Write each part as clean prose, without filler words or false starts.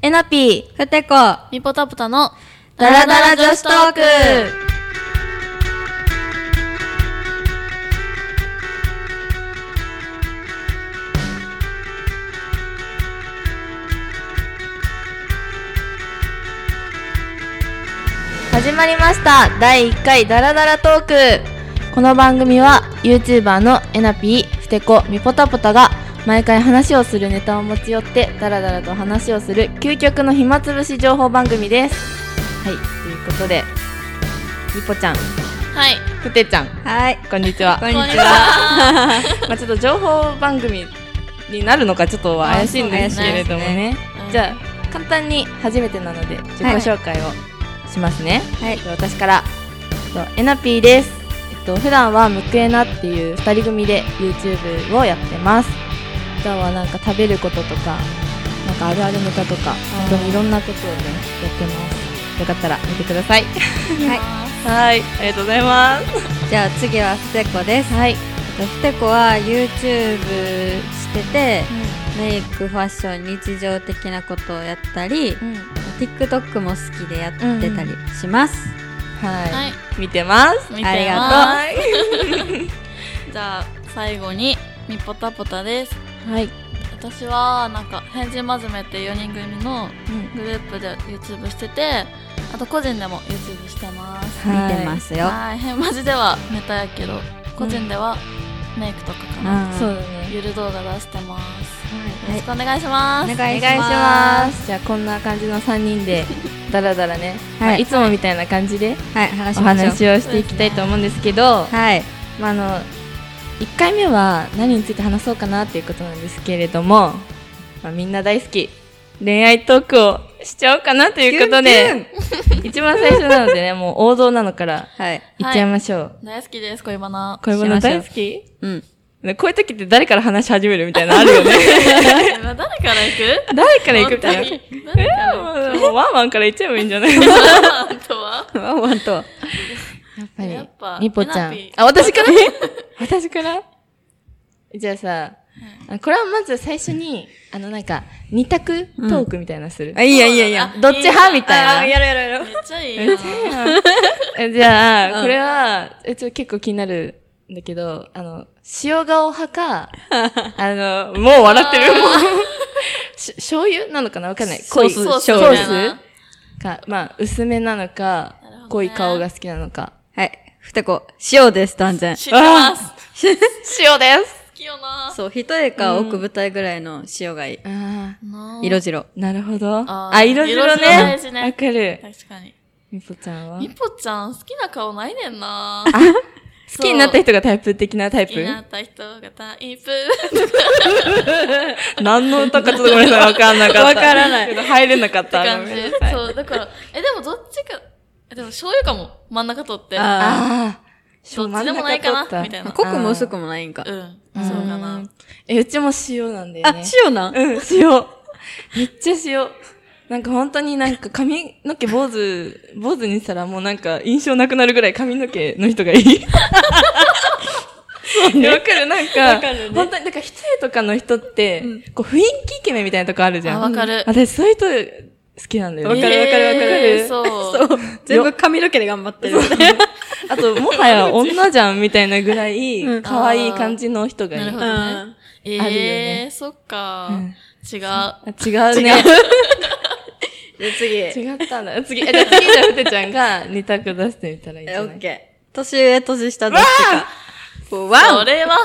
えなぴー、 ふてこ、 みぽたぷたのダラダラ女子トーク。始まりました。第1回ダラダラトーク。この番組は YouTuber のえなぴー、ふてこ、みぽたぷたが毎回話をするネタを持ち寄ってダラダラと話をする究極の暇つぶし情報番組です。はい、ということでみぽちゃん、 はい、 ふてちゃん、 はい、 こんにちは。 こんにちは。 まあちょっと情報番組になるのかちょっとは怪しいんですけれどもね。じゃあ簡単に初めてなので自己紹介をしますね。はい、私からえなぴーです。普段はむくえなっていう2人組で YouTube をやってます。普段はなんか食べることとか、なんかあるあるネタとか、本当にいろんなことをねやってます。よかったら見てください。はい、ありがとうございます。 じゃあ次はふてこです。 はい。 ふてこは YouTube してて、メイク、ファッション、日常的なことをやったり、TikTok も好きでやってたりします。 はい、見てます。 見てます。 ありがとう。 じゃあ最後にみぽたぷたです。 はい。 私はなんか変人まずめって4人組のグループで YouTube してて、あと個人でも YouTube してます。 見てますよ。 はい、変マジではネタやけど、個人ではメイクとかかな。 そうだね。 ゆる動画出してます。よろしくお願いします。 お願いします。 じゃあこんな感じの3人でダラダラね、いつもみたいな感じでお話をしていきたいと思うんですけど、 はい。 まあ1回目は何について話そうかなっていうことなんですけれども、みんな大好き恋愛トークをしちゃおうかなということで、一番最初なのでね、もう王道なのからいっちゃいましょう。 大好きです、恋バナ。 恋バナ大好き？ うん。 こういう時って誰から話し始めるみたいなのあるよね。 誰から行く？ 誰から行くかな？もうワンワンから行っちゃえばいいんじゃない？ ワンワンとは？ ワンワンとは。 やっぱりみぽちゃん。あ、私から？私から？じゃあさ、これはまず最初になんか二択トークみたいなする。 あ、いいや。 どっち派みたいな。 やる。 めっちゃいいな。 じゃあこれは結構気になるんだけど、塩顔派か、もう笑ってる。醤油なのかなわかんない。濃いソースか、まあ薄めなのか、濃い顔が好きなのか。 はい。ふてこ、塩です、断然。 知ってます。 塩です。 好きよな。 そう、一重奥舞台ぐらいの塩がいい。色白。 なるほど。色白ね。わかる。 確かに。 みぽちゃんは？ みぽちゃん好きな顔ないねんな。 好きになった人がタイプ的なタイプ？ 好きになった人がタイプ。 何の歌かちょっとごめんなさい、わかんなかった。 わからない。 入れなかった。 って感じ。そう、だから、でもどっちか、でも醤油かも、真ん中取って。 ああ。 どっちでもないかなみたいな。 濃くも薄くもないんか。 うん。そうかな。 うちも塩なんだよね。 あ、塩なん？ うん、塩。めっちゃ塩。なんか本当になんか髪の毛坊主にしたらもうなんか印象なくなるぐらい髪の毛の人がいい。そうね。わかるなんか、本当になんか一重とかの人って、こう雰囲気イケメンみたいなとこあるじゃん。 わかる。 私そういう人好きなんだよね。 わかる。 そう。 全部髪の毛で頑張ってる。 あと、もはや女じゃんみたいなぐらい、可愛い感じの人がいい。 なるほどね。そっか。違う。 違うね。 次。 違ったんだ。次じゃあふてちゃんが二択出してみたらいいんじゃない？ オッケー。年上、年下どっちか。 それは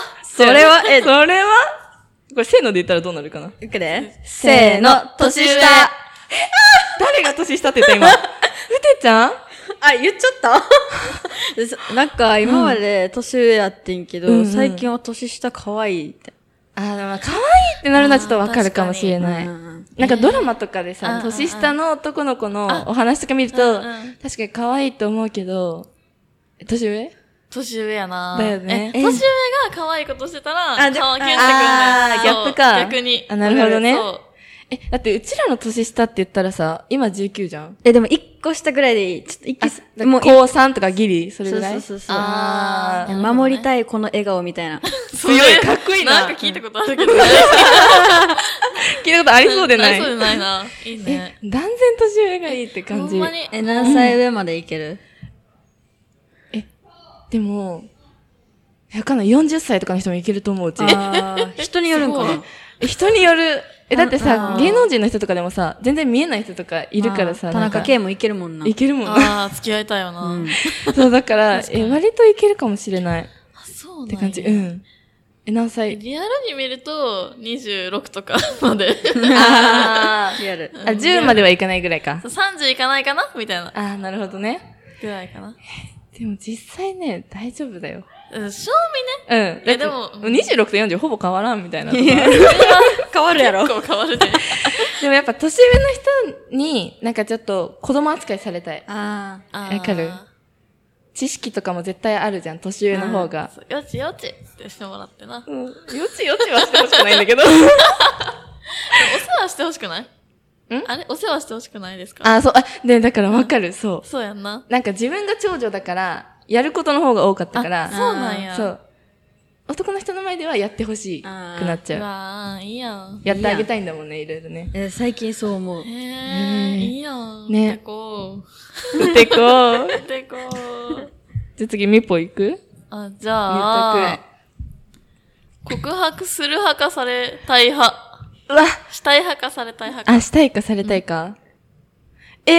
これせーので言ったらどうなるかな？ いくで。せーの、年下。 誰が年下って言った今。ふてちゃん？ あ、言っちゃったなんか今まで年上やってんけど、最近は年下可愛いって。 可愛いってなるのはちょっとわかるかもしれない。なんかドラマとかでさ、年下の男の子のお話とか見ると、確かに可愛いと思うけど、年上？ 年上やな。 だよね。 年上が可愛いことしてたら、キュンってくるんだよ。 ギャップか。 逆に。 なるほどね。だってうちらの年下って言ったらさ、今19じゃん？ でも1個下ぐらいでいい。ちょっともう高3とかギリそれぐらい？ そう。守りたいこの笑顔みたいな。 強い、かっこいいな。 なんか聞いたことあるけど。 聞いたことありそうでない。 ありそうでないな。いいね。 断然年上がいいって感じ。 ほんまに。 何歳上までいける？ でも、わかんない。40歳とかの人もいけると思う、うち。 人によるんかな？ 人による。だってさ、芸能人の人とかでもさ、全然見えない人とかいるからさ。 田中圭もいけるもんな。 いけるもんな。 付き合いたいよな。 そう、だから、割といけるかもしれない。 そうなんって感じ。うん。何歳？ リアルに見ると、26とかまで。 リアル。 10まではいかないぐらいか。 30いかないかなみたいな。 なるほどね。 ぐらいかな。 でも実際ね、大丈夫だよ。 賞味ね。 でも、26と40ほぼ変わらんみたいな。 変わるやろ。 結構変わるね。 でもやっぱ年上の人に、なんかちょっと子供扱いされたい。わかる？知識とかも絶対あるじゃん、年上の方が。 よちよちってしてもらってな。 よちよちはしてほしくないんだけど。お世話してほしくない？あれお世話してほしくないですか？ だからわかる、そう。 そうやんな。 なんか自分が長女だから、やることの方が多かったから。 そうなんや。 そう。男の人の前ではやってほしくなっちゃう。 いいやん。 やってあげたいんだもんね、いろいろね。 最近そう思う。 いいやん。 ね。 打ってこう。じゃあ次、みぽ行く？ じゃあ、告白する派かされたい派。 うわ！ したい派かされたい派か。 したいかされたいか。決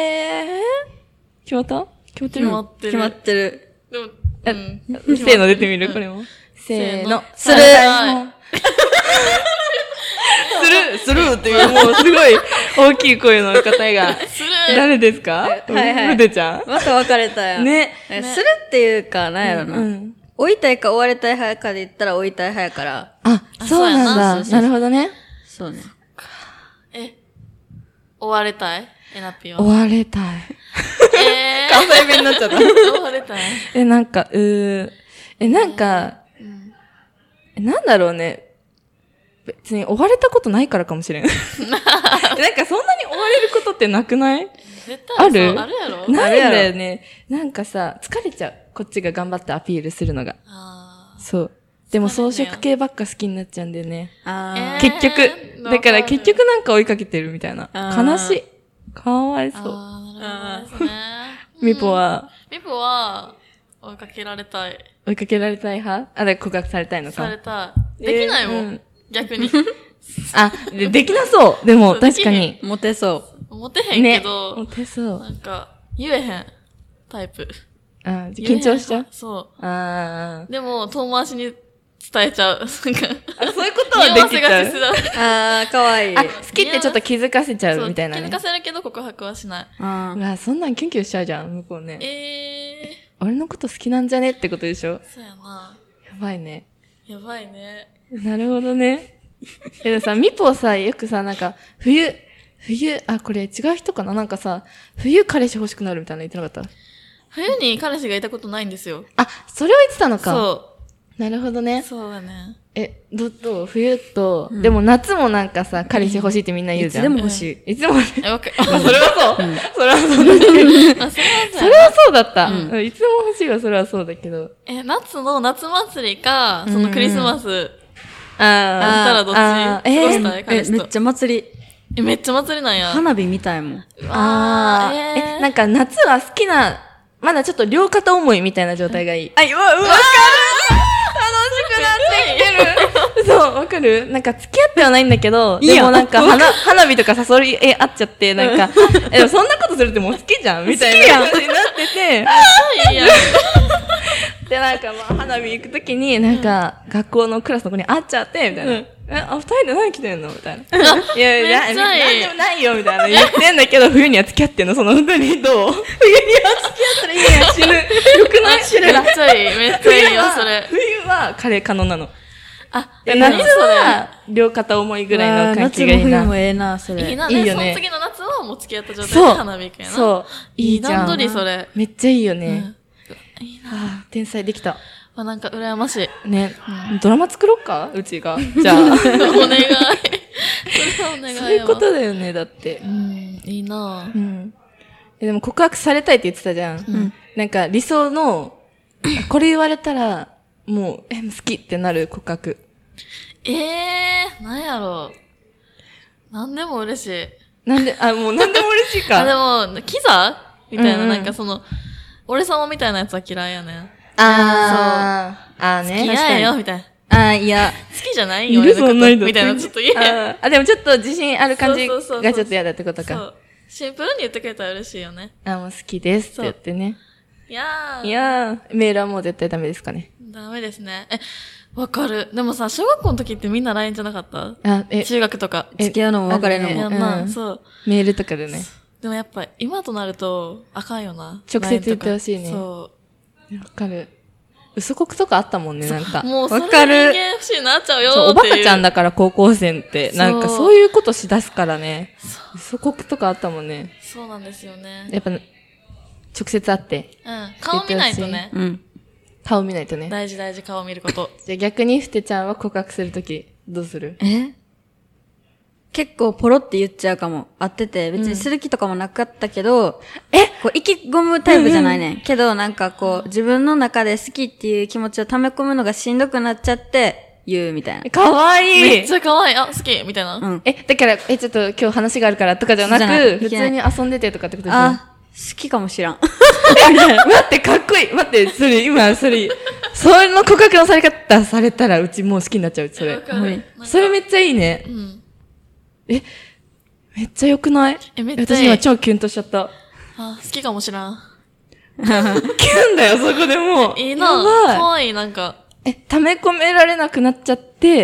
まった？決まってる。 でも、 せーの出てみるこれも。せーの。 するするっていう、もうすごい大きい声の方が。誰ですか？ふでちゃん？ また別れたよ。 ね。 するっていうか、なんやろな。追いたいか追われたい派かで言ったら追いたい派やから。 そうなんだ。なるほどね。 そうね。 追われたい？えなっぴーは。 追われたい。関西弁になっちゃった。 追われたい。 なんか、なんだろうね。別に追われたことないからかもしれん。なんかそんなに追われることってなくない？ 絶対ある？ あるやろ？ ないんだよね。なんかさ、疲れちゃう。こっちが頑張ってアピールするのが。そう。でも装飾系ばっか好きになっちゃうんだよね。結局。だから結局なんか追いかけてるみたいな。悲しい。かわいそう。 なるほどですね。 みぽは追いかけられたい。 追いかけられたい派？だから告白されたいのか。 されたい。できないもん。逆に。 できなそう。でも、確かに。 モテそう。 モテへんけど。 モテそう。 なんか、言えへん。タイプ。 緊張しちゃう？ そう。でも、遠回しに伝えちゃう。そういうことはできちゃう。 かわいい。 好きってちょっと気づかせちゃうみたいなね。 気づかせるけど告白はしない。 そんなんキュンキュンしちゃうじゃん、向こうね。俺のこと好きなんじゃねってことでしょ？ そうやな。 やばいね。 やばいね。 なるほどね。でもさ、みぽさ、よくさ、なんか、冬、これ違う人かな？なんかさ、冬彼氏欲しくなるみたいなの言ってなかった？ 冬に彼氏がいたことないんですよ。 それを言ってたのか。 そう。 なるほどね。 そうだね。 どう冬と、でも夏もなんかさ、彼氏欲しいってみんな言うじゃん。 いつでも欲しい。 いつでも欲しい。それはそう。それはそうだね。それはそうだった。いつでも欲しいはそれはそうだけど。 夏の夏祭りか、そのクリスマス。あったらどっち過ごしたい？彼氏と。 めっちゃ祭り。 めっちゃ祭りなんや。 花火見たいもん。 なんか夏は好きな、まだちょっと両肩思いみたいな状態がいい。 わかる！ そう、わかる？なんか付き合ってはないんだけど、でもなんか花火とか誘い合っちゃって、なんか、でもそんなことするってもう好きじゃんみたいな感じになってて。で、なんか花火行くときに、なんか、学校のクラスの子に会っちゃって、みたいな。二人で何着てんのみたいな。いや、なんでもないよ、みたいな言ってんだけど、冬には付き合ってんの？その本当にどう？冬には付き合ったらいいやん、死ぬ。よくない？死ぬ。 めっちゃいい、めっちゃいいよ、それ。 冬は可能なの。夏は両肩重いぐらいの感じがいいな。 夏も冬もええな、それ。 いいな、 いいよね。 その次の夏はもう付き合った状態で花火行くやな。 そう。いいじゃん。 段取り、それ。 めっちゃいいよね。 いいな。 天才できた。 なんか羨ましい。 ね。ドラマ作ろっか？うちが。じゃあ。 お願い。それはお願い。 そういうことだよね、だって。 いいな。 でも告白されたいって言ってたじゃん。なんか理想の、これ言われたら、もう、好きってなる告白。 なんやろう。 なんでも嬉しい。 なんで、もうなんでも嬉しいか。 でも、キザみたいな、なんか俺様みたいなやつは嫌いやねん。 ね。 好きやよ、みたいな。 いや。 好きじゃないよ、俺のことみたいな、ちょっと言え。 でもちょっと自信ある感じがちょっと嫌だってことか。そう。 シンプルに言ってくれたら嬉しいよね。 もう好きですって言ってね。 いやー、メールはもう絶対ダメですかね。 ダメですね。わかる。でもさ、小学校の時ってみんな LINE じゃなかった？中学とか。 付き合うのも別れるのも。 そう。 メールとかでね。 でもやっぱ今となるとあかんよな。 直接言ってほしいね。 そう。 わかる。嘘告とかあったもんね、なんか。 もうそれ人間不信になっちゃうよっていう。 おバカちゃんだから高校生って、なんかそういうことしだすからね。嘘告とかあったもんね。 そうなんですよね。 やっぱ、直接会って。 顔見ないとね。 顔見ないとね。 大事顔見ること。 じゃあ逆にふてちゃんは告白するとき、どうする？ 結構ポロって言っちゃうかも。会ってて、別にする気とかもなかったけど、こう、意気込むタイプじゃないねん。けど、なんかこう、自分の中で好きっていう気持ちを溜め込むのがしんどくなっちゃって、言うみたいな。 かわいい。 めっちゃかわいい。好きみたいな。 だから、ちょっと今日話があるからとかじゃなく、普通に遊んでてとかってことでしょ？ 好きかもしらん。 待って、かっこいい。待って、その告白のされ方されたら、うちもう好きになっちゃう、それ。それめっちゃいいね。めっちゃ良くない？ めっちゃいい。 私今超キュンとしちゃった。 好きかもしらん。 キュンだよ、そこでもう。 いいな。かわいい、なんか。 溜め込められなくなっちゃって、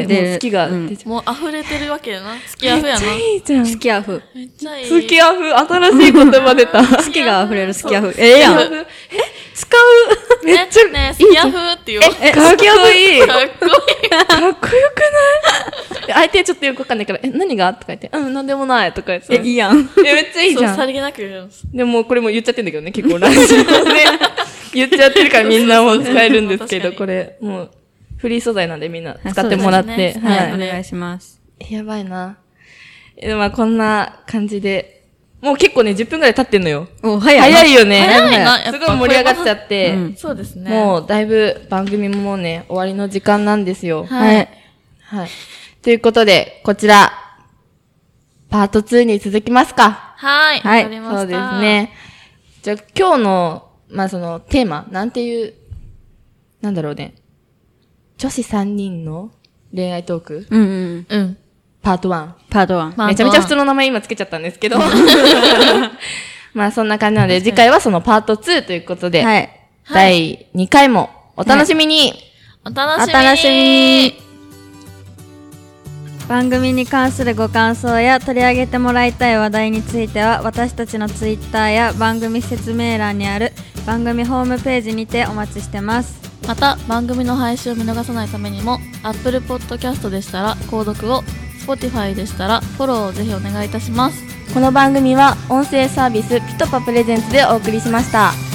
もう好きが出ちゃう。 もう溢れてるわけやな。好きあふやな。 めっちゃいいじゃん。 好きあふ。 めっちゃいい。 好きあふ、新しい言葉出た。 好きが溢れる好きあふ。やん。 使う。めっちゃね、好きあふって言おう。 かっこいい。 かっこいい。 かっこよくない？相手ちょっとよくわかんないから、何がとか言って、なんでもないとか言って。 いいやん。 めっちゃいいじゃん。 さりげなく言うんです。 でもこれも言っちゃってんだけどね、結構ラジオで。言っちゃってるからみんなも使えるんですけど、これ、もう、フリー素材なんでみんな使ってもらって。 はい、お願いします。 やばいな。こんな感じで、もう結構ね、10分くらい経ってんのよ。早いよね。 早いな。 すごい盛り上がっちゃって。 そうですね。 もうだいぶ番組ももうね、終わりの時間なんですよ。 はい。 ということで、こちら、パート2に続きますか。 はい。 そうですね。じゃあ今日の、そのテーマ、なんていう、なんだろうね。女子3人の恋愛トーク。パート1。 パート1。 めちゃめちゃ普通の名前今つけちゃったんですけど。そんな感じなので、次回はそのパート2ということで、第2回もお楽しみに。 お楽しみに。 番組に関するご感想や取り上げてもらいたい話題については、私たちのツイッターや番組説明欄にある番組ホームページにてお待ちしてます。 また、番組の配信を見逃さないためにも、Apple Podcast でしたら購読を、Spotify でしたらフォローをぜひお願いいたします。 この番組は音声サービスピトパプレゼンツでお送りしました。